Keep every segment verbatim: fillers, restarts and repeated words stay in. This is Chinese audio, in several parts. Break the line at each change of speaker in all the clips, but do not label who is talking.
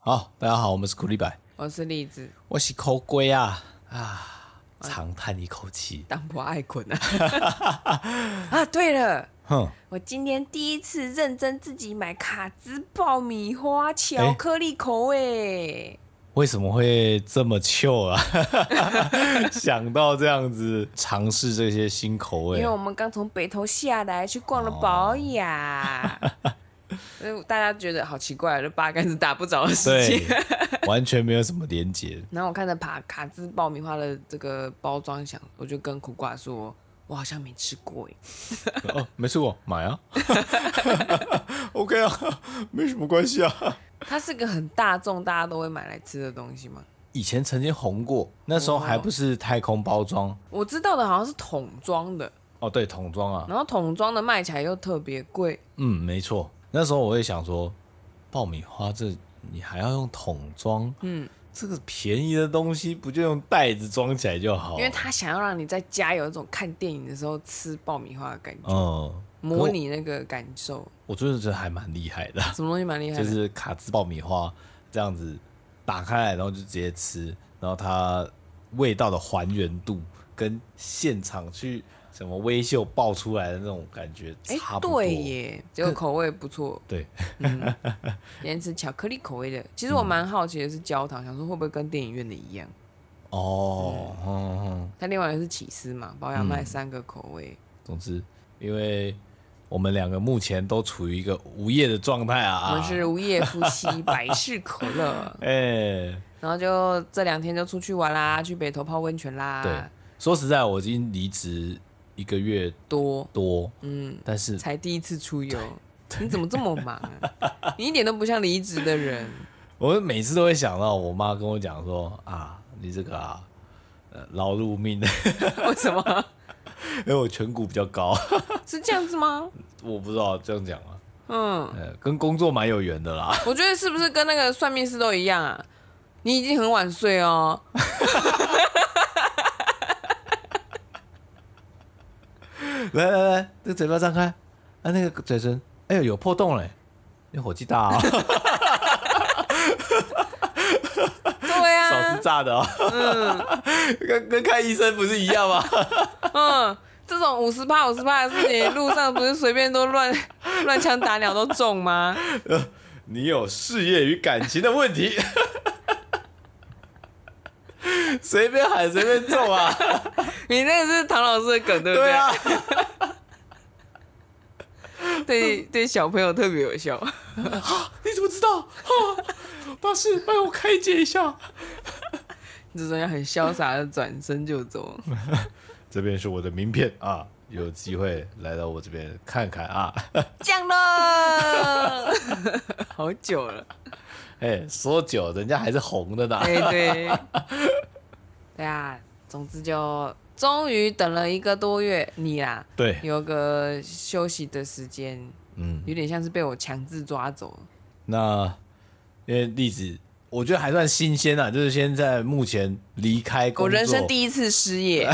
好，大家好，我们是苦力白，
我是栗子，
我是口龟啊啊，长叹一口气，
当不爱困啊！啊，对了，
哼，
我今天第一次认真自己买卡兹爆米花巧克力口味。
为什么会这么糗啊？想到这样子尝试这些新口味，
因为我们刚从北投下来去逛了宝雅，哦、大家觉得好奇怪，这八竿子打不着的事情，
完全没有什么连结。
然后我看着卡卡兹爆米花的这个包装，想我就跟苦瓜说，我好像没吃过耶。
哦，没吃过，买啊。OK 啊，没什么关系啊。
它是个很大众，大家都会买来吃的东西吗？
以前曾经红过，那时候还不是太空包装、哦。
我知道的好像是桶装的。
哦，对，桶装啊。
然后桶装的卖起来又特别贵。
嗯，没错。那时候我会想说，爆米花这你还要用桶装？嗯，这个便宜的东西不就用袋子装起来就好？
因为他想要让你在家有一种看电影的时候吃爆米花的感觉。嗯。模拟那个感受，
我觉得这还蛮厉害的。
什么东西蛮厉害的？
就是卡兹爆米花这样子打开来，然后就直接吃，然后它味道的还原度跟现场去什么微秀爆出来的那种感觉差不多。
欸、对耶，这个口味不错。
对，
嗯，今天吃巧克力口味的，其实我蛮好奇的是焦糖，想说会不会跟电影院的一样？
哦，嗯嗯，
它另外一个是起司嘛，宝雅卖三个口味。嗯、
总之，因为我们两个目前都处于一个无业的状态啊，
我们是无业夫妻，百事可乐。哎、
欸，
然后就这两天就出去玩啦，去北投泡温泉啦。
对，说实在，我已经离职一个月
多
多，
嗯，
但是
才第一次出游，你怎么这么忙啊？你一点都不像离职的人。
我每次都会想到我妈跟我讲说啊，你这个啊，呃，劳碌命。
为什么？
因为我颧骨比较高。
是这样子吗？
我不知道这样讲啊。
嗯、
呃，跟工作蛮有缘的啦。
我觉得是不是跟那个算命师都一样啊？你已经很晚睡哦。
来来来，这个嘴巴张开，啊，那个嘴唇，哎呦，有破洞嘞，那火气大啊。
对啊，
手是炸的哦。嗯，跟跟看医生不是一样吗？
嗯，这种五十趴五十趴的事情，路上不是随便都乱乱枪打鸟都中吗？
呃，你有事业与感情的问题。随便喊随便中啊！
你那个是唐老师的梗，对不对？
对啊。
对对，小朋友特别有效。
你怎么知道？大师，帮我开解一下。
这种要很潇洒的转身就走。
这边是我的名片啊，有机会来到我这边看看啊。
降了，好久了。
哎、欸，说久，人家还是红的呢。
对对。对啊，总之就终于等了一个多月，你啦，
对，
有个休息的时间，嗯，有点像是被我强制抓走。那
因为栗子，我觉得还算新鲜啊，就是现在目前离开工作，
我人生第一次失业。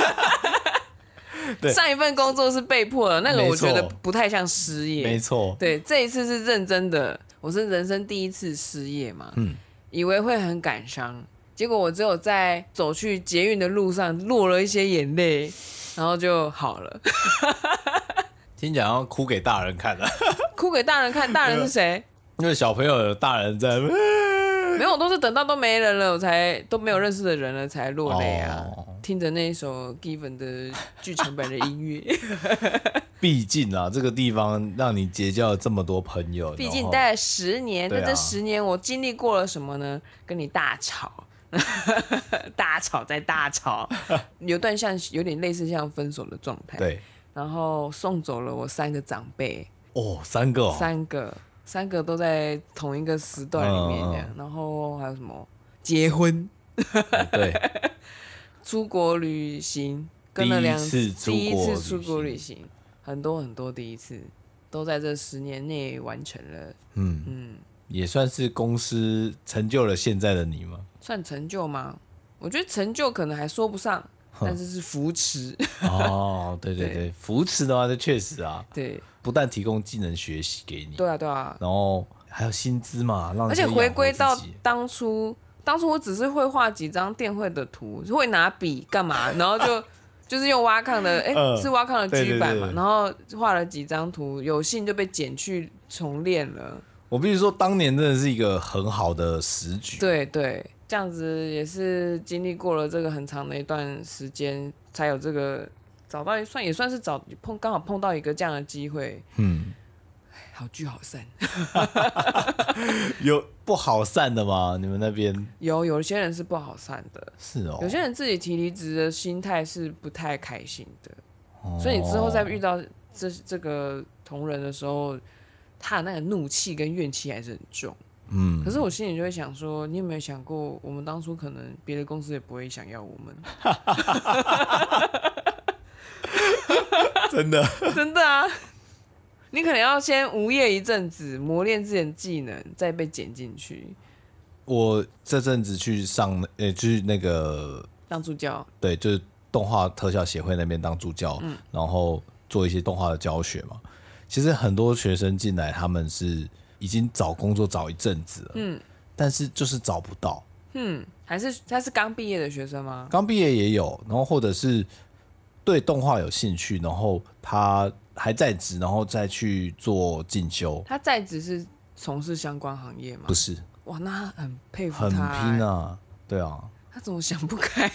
对，上一份工作是被迫的，那个我觉得不太像失业。
没错，
对，这一次是认真的，我是人生第一次失业嘛，嗯，以为会很感伤。结果我只有在走去捷运的路上落了一些眼泪，然后就好了。
听讲要哭给大人看的。
哭给大人看，大人是谁？
因为小朋友有大人在。
没有，我都是等到都没人了，我才都没有认识的人了才落泪啊。哦、听着那一首 Given 的剧场版的音乐。
毕竟啊，这个地方让你结交了这么多朋友。
毕竟待了十年，在、啊、这十年我经历过了什么呢？跟你大吵。大吵再大吵，有段像有点类似像分手的状态。对，然后送走了我三个长辈。哦，三个、哦，三个，三个都在同一个时段里面这样。嗯嗯，然后还有什么结婚？对，出国旅行，跟了两次，第一次出国旅行，很多很多第一次，都在这十年内完成了。嗯
嗯。也算是公司成就了现在的你吗？
算成就吗？我觉得成就可能还说不上，但是是扶持。
哦，对对 对, 对，扶持的话，这确实啊，
对，
不但提供技能学习给你，
对啊对啊，
然后还有薪资嘛，让
而且回归到当初，当初我只是会画几张电绘的图，会拿笔干嘛，然后就就是用挖抗的，哎、欸嗯，是挖抗的 G 版嘛，对对对，然后画了几张图，有幸就被剪去重练了。
我必须说，当年真的是一个很好的时局。
对对，这样子也是经历过了这个很长的一段时间，才有这个找到算也算是找碰刚好碰到一个这样的机会。嗯，好聚好散。
有不好散的吗？你们那边
有有些人是不好散的，
是哦。
有些人自己提离职的心态是不太开心的，哦、所以你之后再遇到这这个同仁的时候。他的那个怒气跟怨气还是很重，嗯，可是我心里就会想说，你有没有想过，我们当初可能别的公司也不会想要我们，
真的，
真的啊！你可能要先无业一阵子，磨练自己的技能，再被剪进去。
我这阵子去上，呃、欸，去那个
当助教，
对，就是动画特效协会那边当助教，嗯，然后做一些动画的教学嘛。其实很多学生进来，他们是已经找工作找一阵子了，嗯，但是就是找不到，
嗯，还是他是刚毕业的学生吗？
刚毕业也有，然后或者是对动画有兴趣，然后他还在职，然后再去做进修。
他在职是从事相关行业吗？
不是。
哇，那很佩服他，
很拼啊，对啊。
他怎么想不开？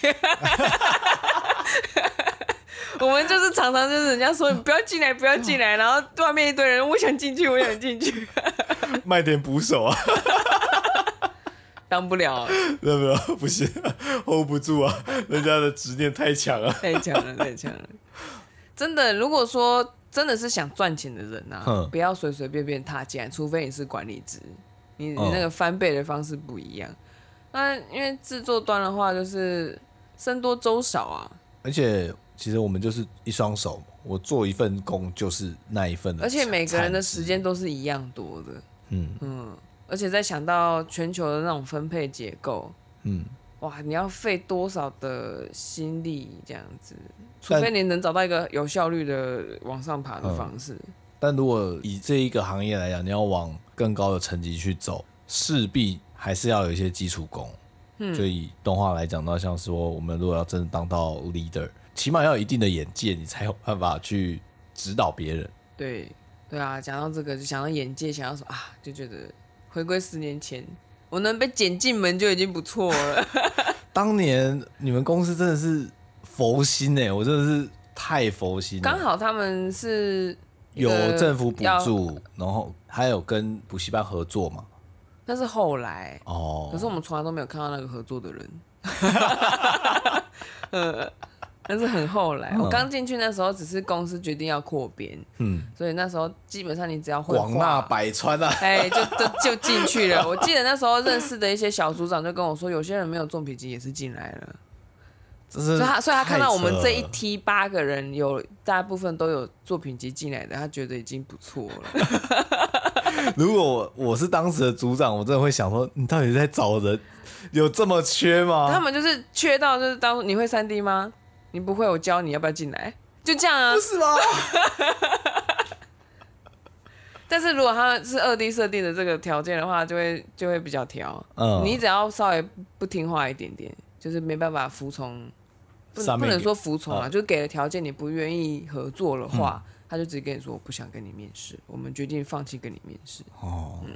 我们就是常常就是人家说你不要进来不要进来，然后外面一堆人我想进去我想进去，
卖点捕手啊，
当不了，
没有没有不行 ，hold 不住啊，人家的执念太强了，
太强了太强了。真的，如果说真的是想赚钱的人啊，不要随随便便踏进来，除非你是管理职，你你那个翻倍的方式不一样。那因为制作端的话，就是僧多粥少啊，
而且。其实我们就是一双手，我做一份工就是那一份的，
而且每个人的时间都是一样多的，嗯嗯，而且再想到全球的那种分配结构，嗯，哇，你要费多少的心力这样子，除非你能找到一个有效率的往上爬的方式。嗯、
但如果以这一个行业来讲，你要往更高的层级去走，势必还是要有一些基础功。嗯，就以动画来讲到，像说我们如果要真的当到 leader。起码要有一定的眼界，你才有办法去指导别人。
对，对啊，讲到这个就想到眼界，想到说啊，就觉得回归十年前，我能被捡进门就已经不错了。
当年你们公司真的是佛心哎、欸，我真的是太佛心了。
刚好他们是
有政府补助，然后还有跟补习班合作嘛。
那是后来哦，可是我们从来都没有看到那个合作的人。呃但是很后来，嗯、我刚进去那时候只是公司决定要扩编，嗯，所以那时候基本上你只要会
广纳百川啊，
哎，就就就进去了。我记得那时候认识的一些小组长就跟我说，有些人没有作品集也是进来了，所以他所以他看到我们这一梯八个人有大部分都有作品集进来的，他觉得已经不错了。
如果 我, 我是当时的组长，我真的会想说，你到底在找人，有这么缺吗？
他们就是缺到就是当你会 三 D 吗？你不会，我教你，要不要进来？就这样啊，
不是吗？
但是如果他是二 D 设定的这个条件的话，就会就会比较挑。嗯，你只要稍微不听话一点点，就是没办法服从，不不能说服从啊，嗯、就给了条件你不愿意合作的话，嗯、他就直接跟你说我不想跟你面试，我们决定放弃跟你面试。哦，嗯。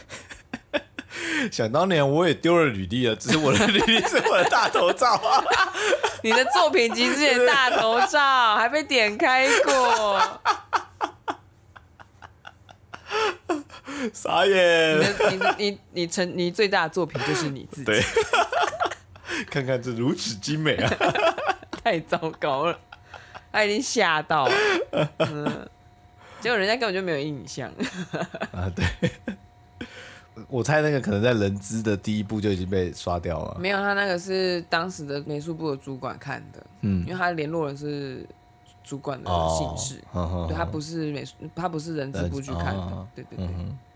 想当年我也丢了履历了，只是我的履历是我的大头照啊。
你的作品集是你的大头照，还被点开过。
傻眼！
你的你的你你成你最大的作品就是你自己。
对，看看这如此精美啊！
太糟糕了，他已经吓到了。嗯，结果人家根本就没有印象。
啊，对。我猜那个可能在人资的第一步就已经被刷掉了。
没有，他那个是当时的美术部的主管看的，嗯，因为他联络人是主管的姓氏，哦、对，他不是美术，他不是人资部去看的，哦、对对对。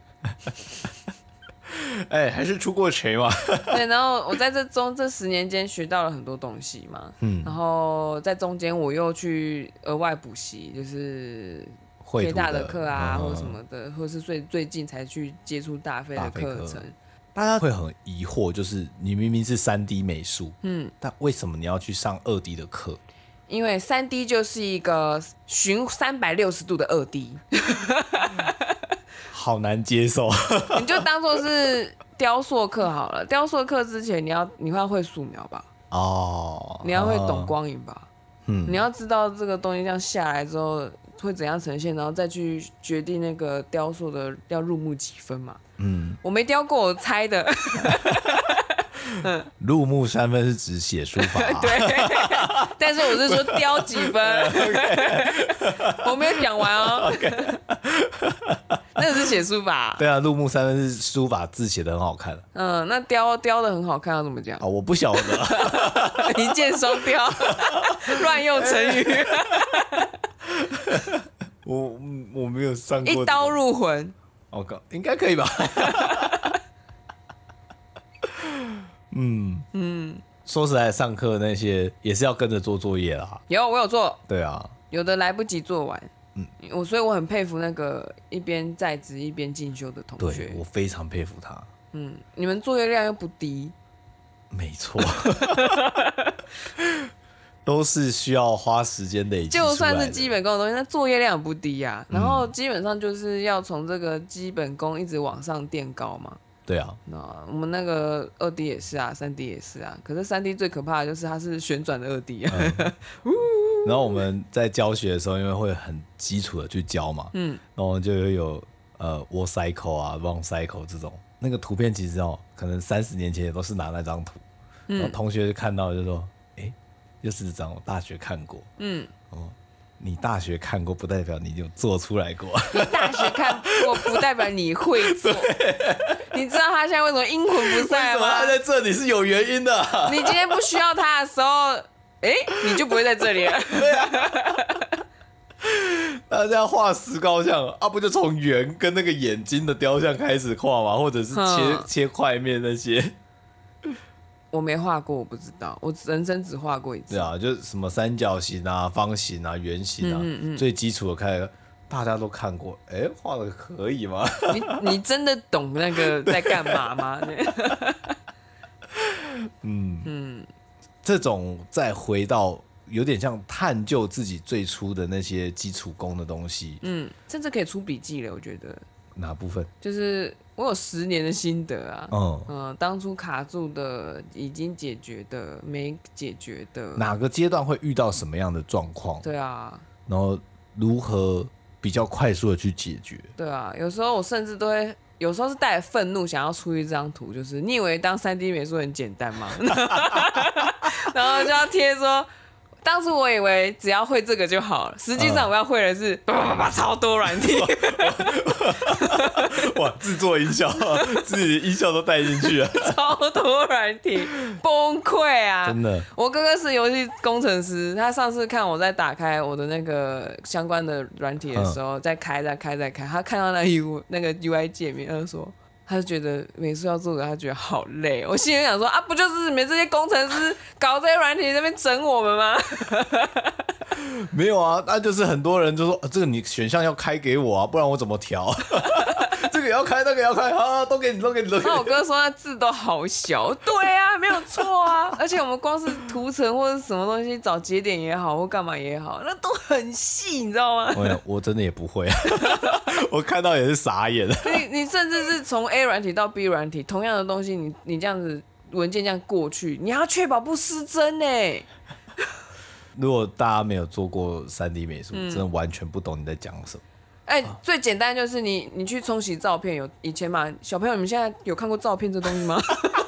哎、欸，还是出过钱嘛？
对，然后我在这中这十年间学到了很多东西嘛，嗯，然后在中间我又去额外补习，就是 K 大的课啊，嗯、或什么的，或是最最近才去接触大飞的课程。
大家会很疑惑，就是你明明是三 D 美术，嗯，但为什么你要去上二 D 的课？
因为三 D 就是一个循三百六十度的二 D，
好难接受。
你就当做是雕塑课好了。雕塑课之前，你要你要会素描吧？哦，你要会懂光影吧？嗯，你要知道这个东西这样下来之后会怎样呈现，然后再去决定那个雕塑的要入木几分嘛。嗯，我没雕过，我猜的。
嗯，入木三分是指写书法、啊，
对，但是我是说雕几分，我没有讲完哦。那个是写书法，
对啊，入木三分是书法字写的很好看。
嗯，那雕雕的很好看要怎么讲？
哦，我不晓得，
一箭双雕，乱用成语。
我我没有上过、這個，
一刀入魂。
我、哦、应该可以吧？嗯嗯，说实在，上课那些也是要跟着做作业啦。
有，我有做。
对啊，
有的来不及做完。嗯，我所以我很佩服那个一边在职一边进修的同学。
对，我非常佩服他。
嗯，你们作业量又不低。
没错。都是需要花时间累积出来的，
就算是基本功的东西，那作业量不低啊。然后基本上就是要从这个基本功一直往上垫高嘛。
对啊，
那我们那个二 D 也是啊，三 D 也是啊。可是三 D 最可怕的就是它是旋转的二 D 啊。嗯、
然后我们在教学的时候，因为会很基础的去教嘛，嗯，然后就有呃 wall cycle 啊 round cycle 这种，那个图片其实哦，可能三十年前也都是拿那张图，嗯、然后同学看到就说，哎。就是这张我大学看过，嗯，哦，你大学看过不代表你有做出来过，
你大学看过不代表你会做，你知道他现在为什么阴魂不散吗？
为什么他在这里是有原因的、啊？
你今天不需要他的时候，哎、欸，你就不会在这里了。对啊，
大家画石膏像啊，不就从圆跟那个眼睛的雕像开始画吗？或者是切、嗯、切块面那些？
我没画过，我不知道。我人生只画过一次。
对啊，就是什么三角形啊、方形啊、圆形啊，嗯嗯嗯最基础的看，大家都看过。哎，画的可以吗？
你你真的懂那个在干嘛吗？
嗯嗯，这种再回到有点像探究自己最初的那些基础功的东西，
嗯，甚至可以出笔记了。我觉得
哪部分？
就是我有十年的心得啊，嗯嗯，当初卡住的、已经解决的、没解决的，
哪个阶段会遇到什么样的状况？
对啊，
然后如何比较快速的去解决？
对啊，有时候我甚至都会，有时候是带着愤怒想要出一张图，就是你以为当 三 D 美术很简单吗？然后就要贴说。当初我以为只要会这个就好了，实际上我要会的是叭叭叭超多软体。
哇，制作音效，自己的音效都带进去了，
超多软体，崩溃啊！
真的，
我哥哥是游戏工程师，他上次看我在打开我的那个相关的软体的时候，在开、在开、在开，他看到那 U 那个 U I 界面，他就说。他就觉得美术要做的，他觉得好累。我心里想说啊，不就是你们这些工程师搞这些软体在那边整我们吗？
没有啊，那就是很多人就说、啊、这个你选项要开给我啊，不然我怎么调？这个也要开，那个也要开，啊，都给你，都给你，都给你。
那我哥说他字都好小，对啊，没有错啊。而且我们光是图层或者什么东西找节点也好，或干嘛也好，那都很细，你知道吗？
我我真的也不会，我看到也是傻眼。
你你甚至是从 A 软体到 B 软体，同样的东西你，你你这样子文件这样过去，你要确保不失真呢。
如果大家没有做过 三 D 美术、嗯，真的完全不懂你在讲什么。
哎、欸，最简单就是你，你去冲洗照片，有以前嘛，小朋友，你们现在有看过照片这东西吗？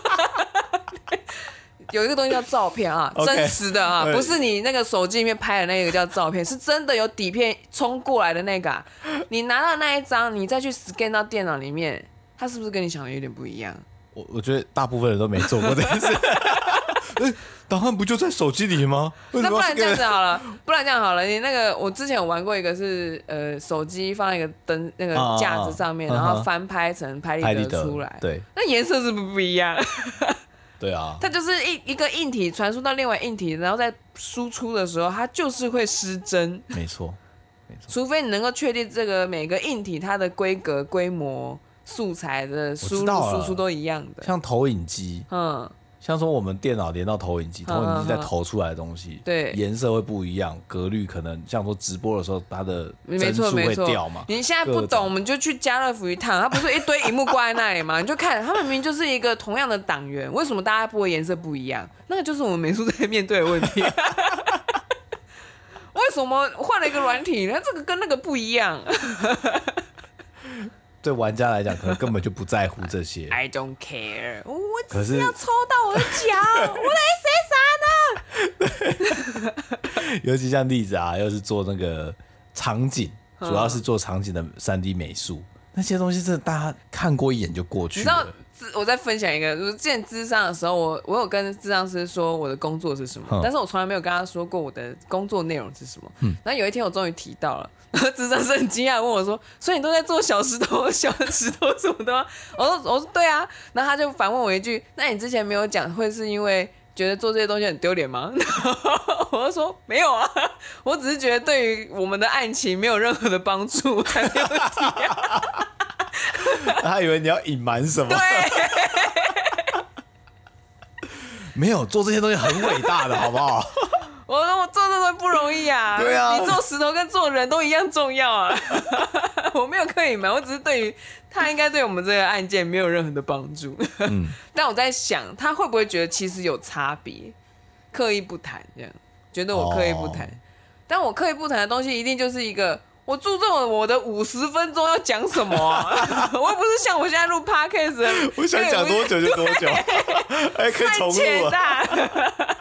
有一个东西叫照片啊， okay, 真实的啊，不是你那个手机里面拍的那个叫照片，是真的有底片冲过来的那个、啊。你拿到那一张，你再去 scan 到电脑里面，它是不是跟你想的有点不一样？
我我觉得大部分人都没做过这件事。欸、档案不就在手机里吗？
那不然这样子好了，不然这样好了，你那个我之前有玩过一个是呃手机放在一个灯那个架子上面，啊、然后翻拍成拍立得出来，
对，
那颜色是不是不一样？
对啊，
它就是一一个硬体传输到另外硬体，然后在输出的时候，它就是会失真。
没错。
除非你能够确定这个每个硬体它的规格、规模、素材的输入输出都一样的，
像投影机，嗯。像说我们电脑连到投影机，投影机在投出来的东西，
对，
颜色会不一样，格律可能像说直播的时候，它的帧数会掉嘛。
你现在不懂，我们就去家乐福一趟，它不是一堆荧幕挂在那里吗？你就看，它们明明就是一个同样的档元，为什么大家播的颜色不一样？那个就是我们美术在面对的问题。为什么换了一个软体，它这个跟那个不一样？
对玩家来讲，可能根本就不在乎这些。
I don't care， 我只是要抽到我的脚，我在写啥呢？
尤其像例子啊，又是做那个场景，主要是做场景的 三 D 美术，那些东西真的大家看过一眼就过去了。你知道，
我在分享一个，之前諮商的时候，我我有跟諮商師說我的工作是什麼，但是我從來沒有跟他說過我的工作內容是什麼。嗯，然後有一天我終於提到了，然後諮商師很驚訝問我說：“所以你都在做小石頭、小石頭什麼的嗎？”我說：“我說對啊。”然後他就反問我一句：“那你之前沒有講，會是因為覺得做這些東西很丟臉嗎？”然後我就說：“沒有啊，我只是覺得對於我們的案情沒有任何的幫助，我才沒有提啊。”
他以為你要隱瞞什麼？
對。
沒有，做這些東西很偉大的，好不好？
我說我做這東西不容易啊。
對啊，
你做石頭跟做人都一樣重要啊。我沒有刻意隱瞞，我只是對於他應該對我們這個案件沒有任何的幫助。嗯，但我在想，他會不會覺得其實有差別，刻意不談這樣，覺得我刻意不談。哦，但我刻意不談的東西一定就是一個。我注重了我的五十分鐘要講什麼啊？我又不是像我現在錄 podcast，
我想講多久就多久，還可以重錄啊！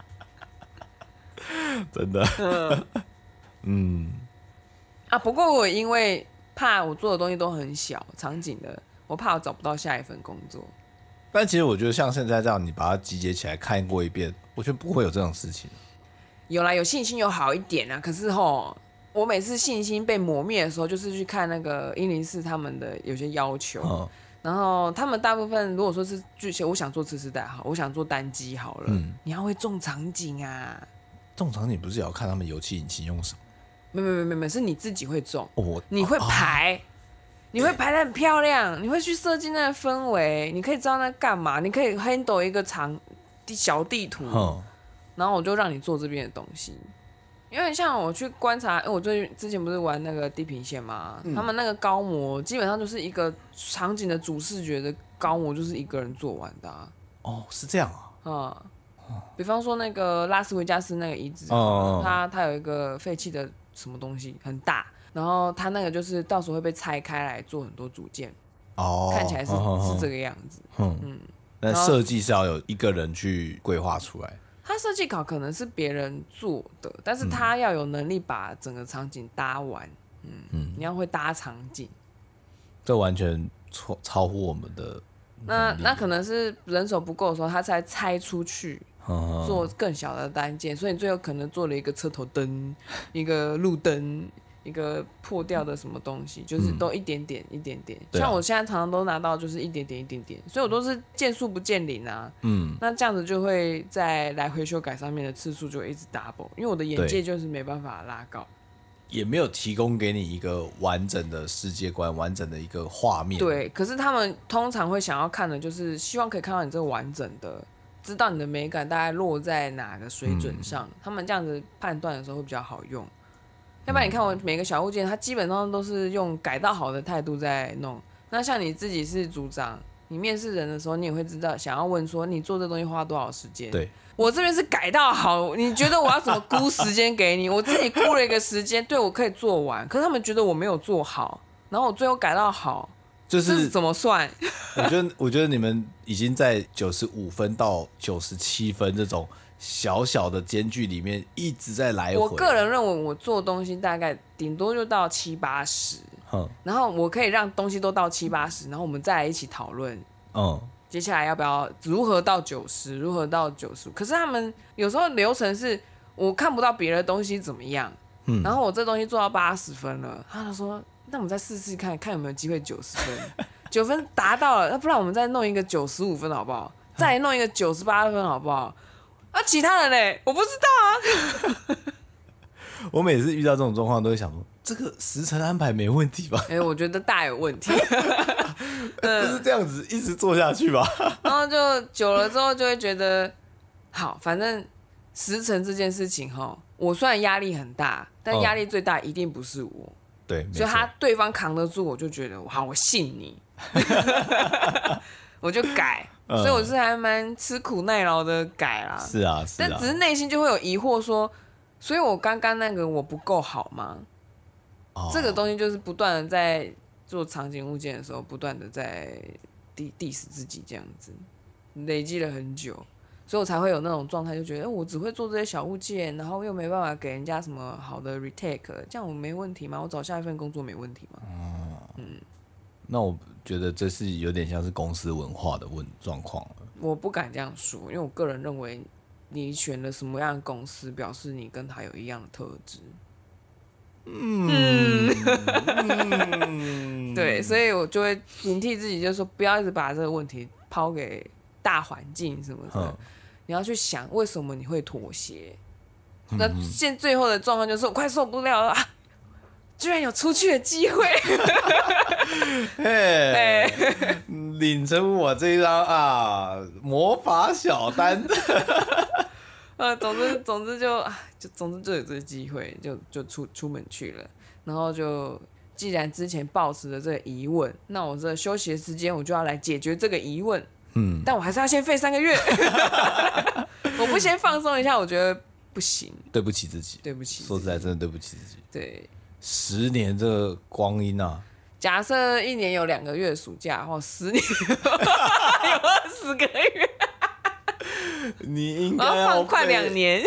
真的，嗯，嗯
啊，不過我因為怕我做的東西都很小場景的，我怕我找不到下一份工作。
但其實我覺得像現在這樣，你把它集結起來看過一遍，我覺得不會有這種事情。
有啦，有信心有好一點啊，可是齁。我每次信心被磨滅的時候，就是去看那個一零四他們的有些要求，哦，然後他們大部分如果說是劇情，我想做次世代好，我想做單機好了，嗯，你要會種場景啊。
種場景不是也要看他們遊戲引擎用什麼？
沒沒沒沒沒，是你自己會種，
哦，
你會排，哦，你會排得很漂亮，你會去設計那個氛圍，你可以知道那幹嘛，你可以 handle 一個場小地圖，哦，然後我就讓你做這邊的東西。因為像我去觀察，因為我最之前不是玩那個地平線嘛，嗯，他們那個高模基本上就是一個場景的主視覺的高模，就是一個人做完的，啊。
哦，是這樣啊。
嗯，比方說那個拉斯維加斯那個遺址，哦，它它有一個廢棄的什麼東西很大，然後它那個就是到時候會被拆開來做很多組件，哦，看起來是，哦，是這個樣子。嗯嗯，
但設計是要有一個人去規劃出來。
他設計稿可能是別人做的，但是他要有能力把整個場景搭完。嗯嗯，你要會搭場景，
這完全超超乎我們的。
那那可能是人手不夠的時候，他才拆出去做更小的單件，所以你最後可能做了一個車頭燈，一個路燈。一個破掉的什麼東西，就是都一點點一點點，嗯，像我現在常常都拿到就是一點點一點點，所以我都是見數不見零啊。嗯，那這樣子就會在來回修改上面的次數就會一直 double，因為我的眼界就是沒辦法拉高，
也沒有提供給你一個完整的世界觀，完整的一個畫面。
對，可是他們通常會想要看的就是希望可以看到你這個完整的，知道你的美感大概落在哪個水準上，嗯，他們這樣子判斷的時候會比較好用。要不然你看我每個小物件，它基本上都是用改到好的態度在弄。那像你自己是組長，你面試人的時候，你也會知道想要問說你做這東西花多少時間。
對，
我這邊是改到好，你覺得我要怎麼估時間給你？我自己估了一個時間，對，我可以做完，可是他們覺得我沒有做好，然後我最後改到好，
就是
這是怎麼算？
我覺得，我覺得你們已經在九十五分到九十七分這種小小的間距裡面一直在來回。
我個人認為我做東西大概頂多就到七八十，然後我可以讓東西都到七八十，然後我們再來一起討論，嗯，接下來要不要如何到九十，如何到九十五。可是他們有時候流程是我看不到別的東西怎麼樣，嗯，然後我這東西做到八十分了，他就說那我們再試試看看有沒有機會九十分，九分達到了，那不然我們再弄一個九十五分好不好？再弄一個九十八分好不好？啊，其他人嘞，我不知道啊。
我每次遇到這種狀況，都會想說， 这个时程安排没问题吧？
哎、欸，我觉得大有问题。
不是这样子一直做下去吧？
然后就久了之后就会觉得，好，反正时程这件事情哈，我虽然压力很大，但压力最大一定不是我。嗯、
对，
所以他对方扛得住，我就觉得好，我信你，我就改。嗯、所以我是还蛮吃苦耐劳的改啦。
是啊，是啊。
但只是内心就会有疑惑说，所以我刚刚那个我不够好吗？哦、这个东西就是不断的在做场景物件的时候，不断的在 diss 自己这样子，累积了很久，所以我才会有那种状态，就觉得、欸、我只会做这些小物件，然后又没办法给人家什么好的 retake， 这样我没问题吗？我找下一份工作没问题吗？嗯，
嗯那我觉得这是有点像是公司文化的问状况了。
我不敢这样说，因为我个人认为，你选了什么样的公司，表示你跟他有一样的特质。嗯，嗯对，所以我就会警惕自己，就是说不要一直把这个问题抛给大环境什么的，嗯、你要去想为什么你会妥协。嗯、那现最后的状况就是我快受不了了、啊，居然有出去的机会，
嘿，领成我这张啊魔法小单。
呃，总之，总之就就总之就有这个机会，就就出出门去了。然后就既然之前抱持了这个疑问，那我这休息的时间我就要来解决这个疑问。嗯，但我还是要先废三个月。我不先放松一下，我觉得不行。
对不起自己，
对不起，
说实在真的对不起自己。
对，
十年这个光阴啊，
假设一年有两个月暑假，或十年有二十个月。
你应该
要放快两年，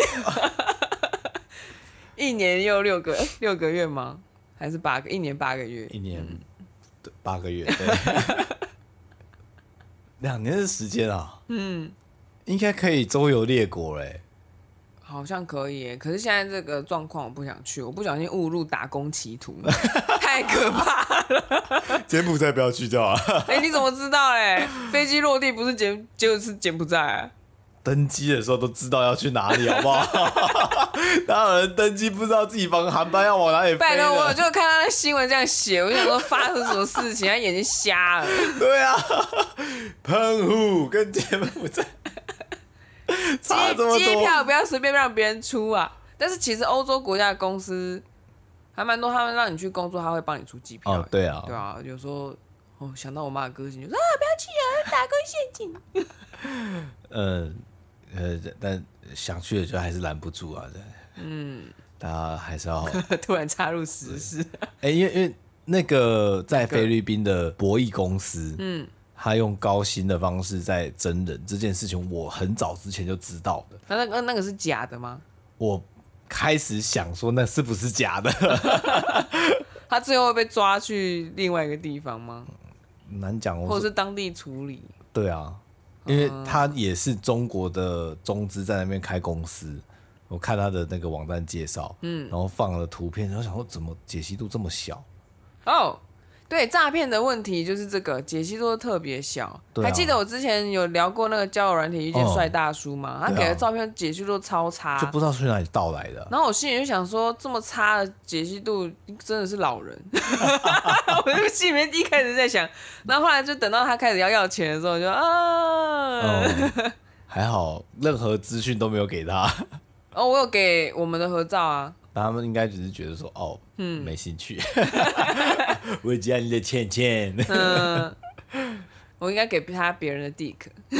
一年又六个六个月吗？还是八个？一年八个月？
一年、嗯、对八个月，对，两年的时间啊，嗯，应该可以周游列国嘞。
好像可以耶，可是现在这个状况我不想去，我不小心误入打工歧途，太可怕了。
柬埔寨不要去就好了。
哎、欸，你怎么知道嘞？飞机落地不是柬，结果是柬埔寨、啊。
登机的时候都知道要去哪里，好不好？哪有人登机不知道自己航航班要往哪里飞？
拜托，我就看到那新闻这样写，我想说发生什么事情，他眼睛瞎了。
对啊，澎湖跟柬埔寨差这么多，
机票不要随便让别人出啊！但是其实欧洲国家的公司还蛮多，他们让你去工作，他会帮你出机票、欸。
哦，对啊，
对啊，有时候哦想到我妈的个性，就说啊不要去啊，打工陷阱。
嗯。呃，但想去的就还是拦不住啊，嗯，大家还是要
突然插入时事，
哎、欸，因为因为那个在菲律宾的博弈公司，嗯，他用高薪的方式在征人这件事情，我很早之前就知道的。
那那个那个是假的吗？
我开始想说，那是不是假的？
他最后会被抓去另外一个地方吗？
难讲，
或者是当地处理？
对啊。因为他也是中国的中资在那边开公司，我看他的那个网站介绍，嗯，然后放了图片，然后想说怎么解析度这么小？
哦，对，诈骗的问题就是这个解析度特别小、啊。还记得我之前有聊过那个交友软体遇见帅大叔吗？哦、他给的照片解析度超差，
就不知道是哪里盗来的、啊。
然后我心里就想说，这么差的解析度真的是老人。我就心里面一开始在想，然后后来就等到他开始要要钱的时候，我就啊、
哦，还好任何资讯都没有给他。
哦，我有给我们的合照啊。
他们应该只是觉得说，哦，嗯，没兴趣。我家里的倩倩。
嗯，我应该给他别人的 dick。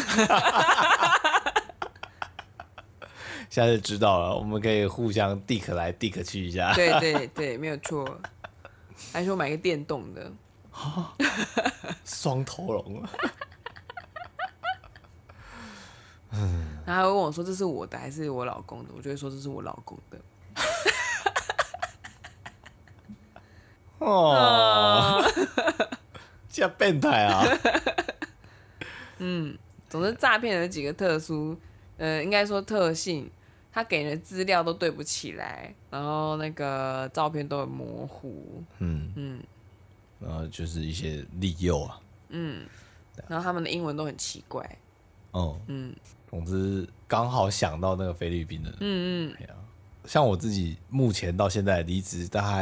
下次知道了，我们可以互相 dick 来 dick 去一下。
对对对，没有错。还说买个电动的，
双头龙。
然后他会问我说：“这是我的还是我老公的？”我就会说：“这是我老公的。”
哦，这变态啊！
嗯，总之诈骗有几个特殊，呃，应该说特性，他给的资料都对不起来，然后那个照片都很模糊，嗯嗯，
然后就是一些利诱啊，
嗯，然后他们的英文都很奇怪，
哦，嗯，总之刚好想到那个菲律宾的人，嗯嗯，像我自己目前到现在离职大概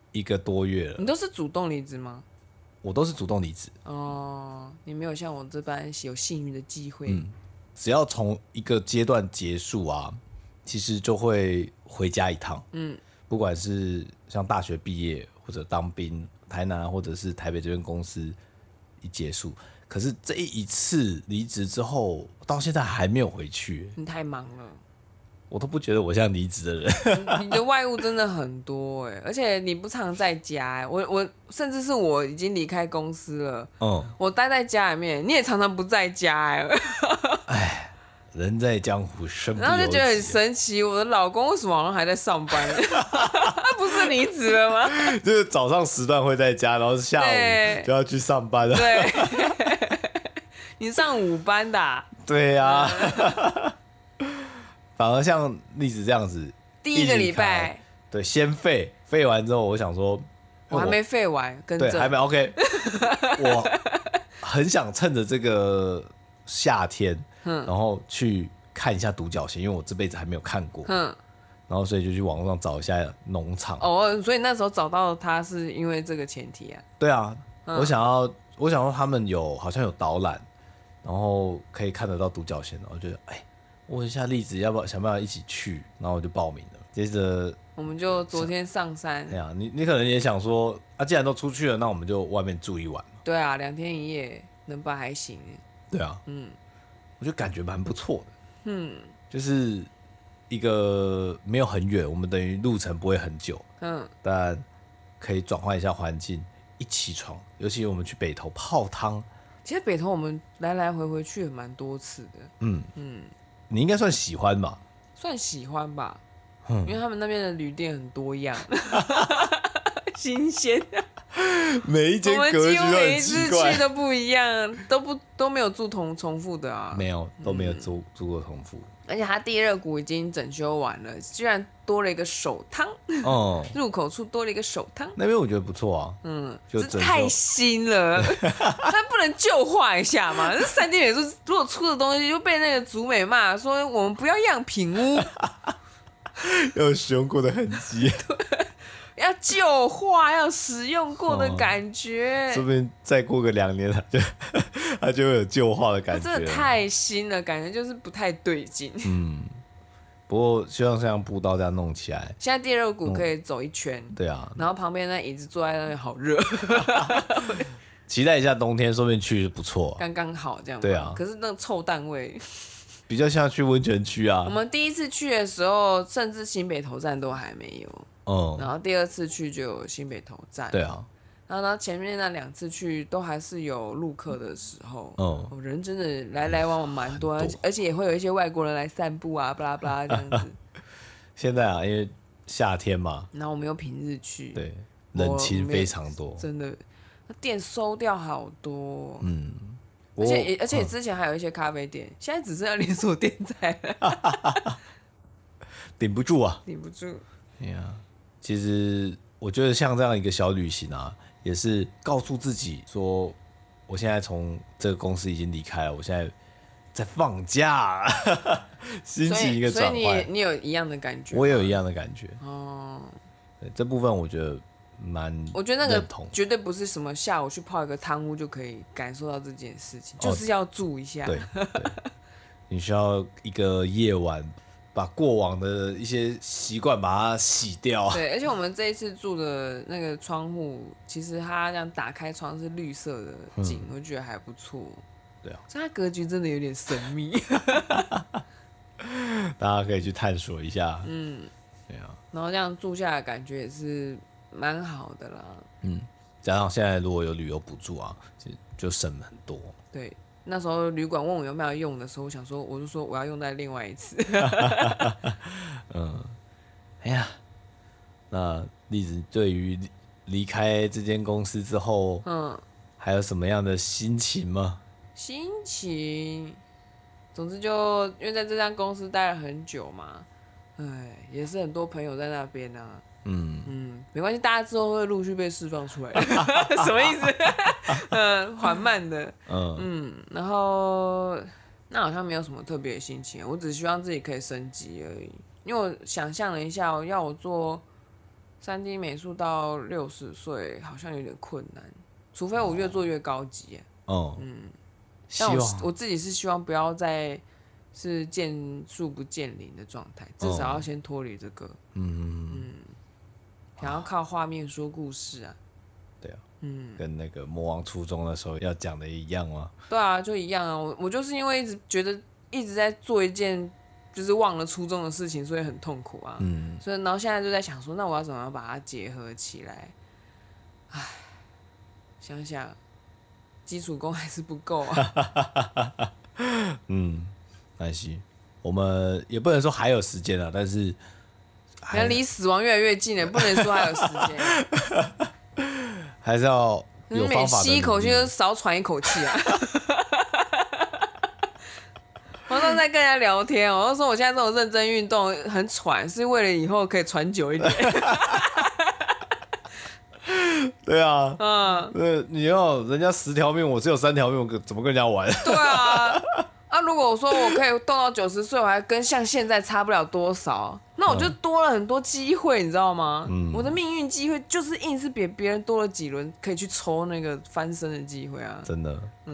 一个多月了。
你都是主动离职吗？
我都是主动离职。
哦，你没有像我这般有幸运的机会。
嗯，只要从一个阶段结束啊，其实就会回家一趟。嗯，不管是像大学毕业或者当兵，台南或者是台北这边公司一结束，可是这一次离职之后，到现在还没有回去。
你太忙了。
我都不觉得我像离职的人。
你的外务真的很多哎，而且你不常在家哎，我我甚至是我已经离开公司了，嗯，我待在家里面，你也常常不在家哎。
哎，人在江湖身不由己。
然后就觉得很神奇，我的老公为什么好像还在上班？他不是离职了吗？
就是早上时段会在家，然后下午就要去上班了。
对，你上午班的啊？
对呀、啊。反而像例子这样子，
第一个礼拜，
对，先废废完之后，我想说，
我还没废完，跟
对，还没 OK。我很想趁着这个夏天，嗯，然后去看一下独角仙，因为我这辈子还没有看过，嗯，然后所以就去网络上找一下农场。
哦，所以那时候找到他是因为这个前提啊？
对啊，嗯、我想要，我想要他们有好像有导览，然后可以看得到独角仙，然后觉得哎。问一下例子，要不要想不想一起去？然后我就报名了。接着
我们就昨天上山。
对啊，你你可能也想说啊，既然都出去了，那我们就外面住一晚。
对啊，两天一夜能吧还行。
对啊，嗯，我觉得感觉蛮不错的。嗯，就是一个没有很远，我们等于路程不会很久。嗯，但可以转换一下环境。一起床，尤其我们去北投泡汤。
其实北投我们来来回回去也蛮多次的。嗯
嗯。你应该算喜欢吧？
算喜欢吧，嗯、因为他们那边的旅店很多样，新鲜。
每一间格局都很奇怪，
每一次去都不一样，都不都没有住同重复的啊。
没有，都没有住、嗯、住过重复。
而且它地热谷已经整修完了，居然多了一个手汤。哦，入口处多了一个手汤，
那边我觉得不错啊。嗯，
就这太新了，它不能旧化一下吗？这三 D 美术如果出的东西就被那个竹美骂说我们不要样品屋，
有使用过的痕迹。
要旧化，要使用过的感觉。
说不定再过个两年，它就它就会有旧化的感觉。
真的太新了，感觉就是不太对劲。嗯，
不过希望像步道这样弄起来。
现在地热谷可以走一圈、
嗯。对啊。
然后旁边那椅子坐在那里好热。
期待一下冬天，说不定去不错。
刚刚好这样。
对啊。
可是那个臭蛋味。
比较像去温泉区啊。
我们第一次去的时候，甚至新北投站都还没有。嗯，然后第二次去就有新北投站，
对啊，
然后前面那两次去都还是有陆客的时候，嗯，人真的来来往往蛮多，而且而且也会有一些外国人来散步啊，巴拉巴拉这样子。
现在啊，因为夏天嘛，
然后我们又平日去，
对，人情非常多，
真的，店收掉好多，嗯，而且而且之前还有一些咖啡店，现在只剩下连锁店在了，
顶不住啊，
顶不住，
哎呀。其实我觉得像这样一个小旅行啊，也是告诉自己说，我现在从这个公司已经离开了，我现在在放假，心情一个转换。
所以你你有一样的感觉？
我也有一样的感觉。哦，对，这部分我觉得蛮，
我觉得那个绝对不是什么下午去泡一个汤屋就可以感受到这件事情，就是要住一下。
对，对你需要一个夜晚。把过往的一些习惯把它洗掉。
对，而且我们这一次住的那个窗户，其实它这样打开窗是绿色的景，嗯、我觉得还不错。
对啊，
所以它格局真的有点神秘。
大家可以去探索一下。嗯，对啊。
然后这样住下来感觉也是蛮好的啦。
嗯，加上现在如果有旅游补助啊，就就省很多。
对。那时候旅馆问我有没有用的时候，我想说，我就说我要用在另外一次。
嗯，哎呀，那栗子对于离开这间公司之后，嗯，还有什么样的心情吗？
心情，总之就因为在这家公司待了很久嘛，哎，也是很多朋友在那边啊。嗯嗯，没关系，大家之后会陆续被释放出来。什么意思？嗯，缓慢的。嗯嗯，然后那好像没有什么特别的心情，我只希望自己可以升级而已。因为我想象了一下，要我做三 D 美术到六十岁好像有点困难，除非我越做越高级。
哦，嗯，
但我我自己是希望不要再是见树不见林的状态，至少要先脱离这个。嗯嗯，想要靠画面说故事啊。
对啊，嗯，跟那个魔王初中的时候要讲的一样吗？
对啊，就一样啊。我我就是因为一直觉得一直在做一件就是忘了初衷的事情，所以很痛苦啊。嗯，所以然后现在就在想说，那我要怎么样把它结合起来？唉，想想基础功还是不够啊。
嗯，没关系，我们也不能说还有时间啊，但是
你看离死亡越来越近了，不能说还有时间，
还是要有方法的。
每吸一口气就少喘一口气啊。我都在跟人家聊天，我就说我现在这种认真运动很喘，是为了以后可以喘久一点。
对啊，嗯，对，你要人家十条命，我只有三条命，我怎么跟人家玩？
对啊，啊，如果我说我可以动到九十岁，我还跟像现在差不了多少，那我就多了很多机会，你知道吗？嗯，我的命运机会就是硬是比别人多了几轮，可以去抽那个翻身的机会啊！
真的，嗯，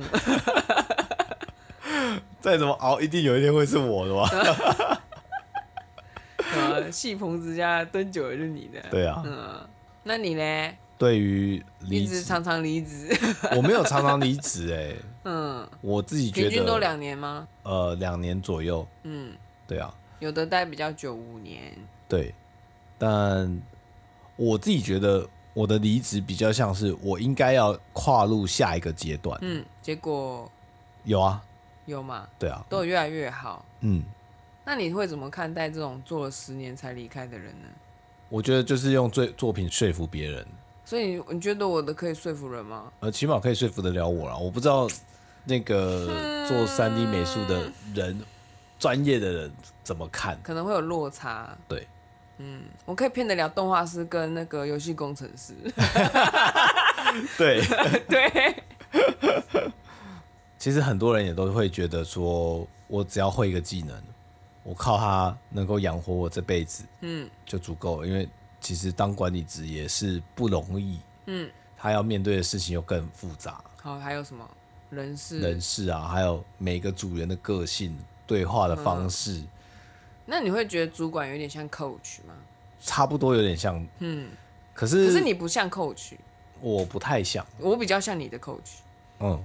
再怎么熬，一定有一天会是我的吧？
呃，戏棚子家蹲久了就是你的。
对啊，
嗯，那你呢？
对于离
职，常常离职，
我没有常常离职哎，嗯，我自己觉得
平均都两年吗？
呃，两年左右，嗯，对啊，
有的待比较久，五年，
对，但我自己觉得我的离职比较像是我应该要跨入下一个阶段，
嗯，结果
有啊，
有嘛，
对啊，
都有越来越好，嗯，那你会怎么看待这种做了十年才离开的人呢？
我觉得就是用作作品说服别人。
所以你觉得我的可以说服人吗？
呃，起码可以说服得了我啦。我不知道那个做三 D 美术的人，专、嗯、业的人怎么看，
可能会有落差。
对，
嗯，我可以骗得了动画师跟那个游戏工程师。
对
对。
其实很多人也都会觉得说，我只要会一个技能，我靠它能够养活我这辈子，嗯，就足够了，因为。其实当管理职也是不容易，嗯，他要面对的事情又更复杂。
好，还有什么人事？
人事啊，还有每个组员的个性、对话的方式。嗯、
那你会觉得主管有点像 coach 吗？
差不多有点像，嗯。可是
可是你不像 coach，
我不太像，
我比较像你的 coach。嗯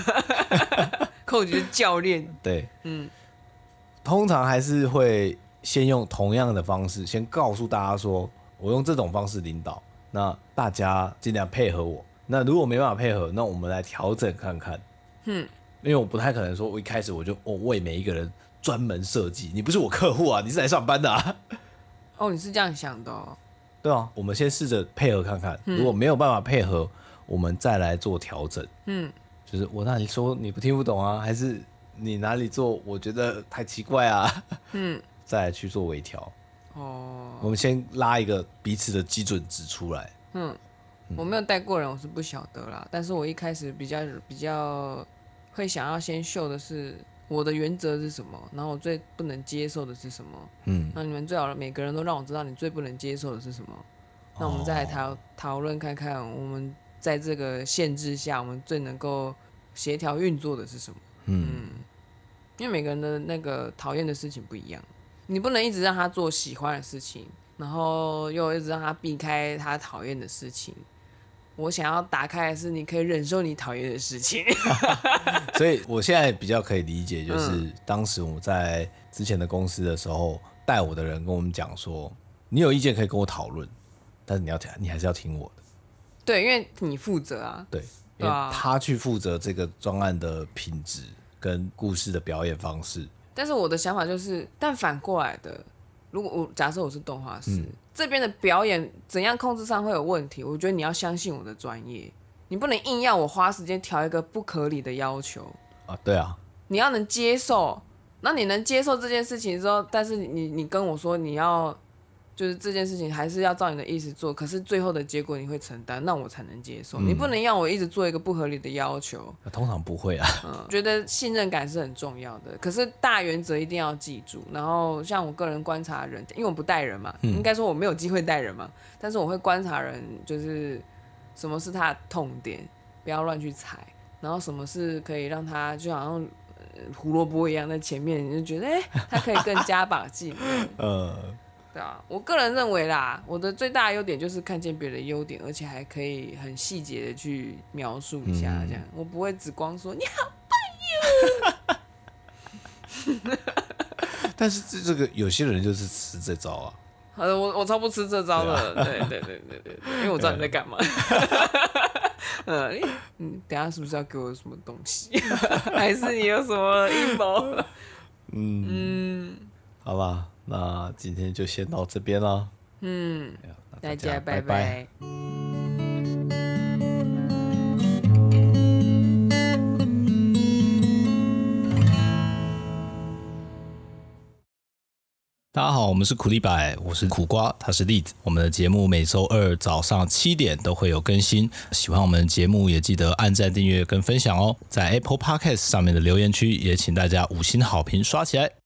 ，coach 是教练。
对，嗯，通常还是会先用同样的方式，先告诉大家说。我用这种方式领导，那大家尽量配合我。那如果没办法配合，那我们来调整看看。嗯，因为我不太可能说，我一开始我就我为每一个人专门设计。你不是我客户啊，你是来上班的啊。
哦，你是这样想的哦。
对啊，我们先试着配合看看，嗯、如果没有办法配合，我们再来做调整。嗯，就是我那里说你不听不懂啊，还是你哪里做我觉得太奇怪啊？嗯，再来去做微调。哦，我们先拉一个彼此的基准值出来。
嗯，我没有带过人，我是不晓得啦。但是我一开始比较比较会想要先秀的是我的原则是什么，然后我最不能接受的是什么。嗯，那你们最好每个人都让我知道你最不能接受的是什么。那我们再来讨讨论看看，我们在这个限制下，我们最能够协调运作的是什么。嗯，嗯因为每个人的那个讨厌的事情不一样。你不能一直让他做喜欢的事情，然后又一直让他避开他讨厌的事情。我想要打开的是你可以忍受你讨厌的事情。
所以我现在比较可以理解，就是当时我在之前的公司的时候，带我的人跟我们讲说，你有意见可以跟我讨论，但是你要你还是要听我的。
对，因为你负责啊。
对，因为他去负责这个专案的品质跟故事的表演方式。
但是我的想法就是，但反过来的，如果我假设我是动画师，嗯、这边的表演怎样控制上会有问题，我觉得你要相信我的专业，你不能硬要我花时间调一个不合理的要求
啊。对啊，
你要能接受，那你能接受这件事情之后，但是你你跟我说你要就是这件事情还是要照你的意思做，可是最后的结果你会承担，那我才能接受。嗯、你不能要我一直做一个不合理的要求。
通常不会啊。
嗯，觉得信任感是很重要的，可是大原则一定要记住。然后像我个人观察人，因为我不带人嘛，嗯、应该说我没有机会带人嘛，但是我会观察人，就是什么是他的痛点，不要乱去踩。然后什么是可以让他就好像胡萝卜一样在前面，你就觉得哎、欸，他可以更加把劲。呃。对啊，我个人认为啦，我的最大的优点就是看见别人的优点，而且还可以很细节的去描述一下，这样、嗯、我不会只光说你好棒
哟。但是这个有些人就是吃这招啊。
呃，我我超不吃这招的，对、啊、对对对对，因为我知道你在干嘛。嗯，嗯，等一下是不是要给我什么东西？还是你有什么阴谋？
嗯嗯，好吧。那今天就先到这边了。
嗯，大家拜拜。
大家好，我们是苦力白，我是苦瓜，他是栗子。我们的节目每周二早上七点都会有更新。喜欢我们的节目，也记得按赞、订阅跟分享哦。在 Apple Podcast 上面的留言区，也请大家五星好评刷起来。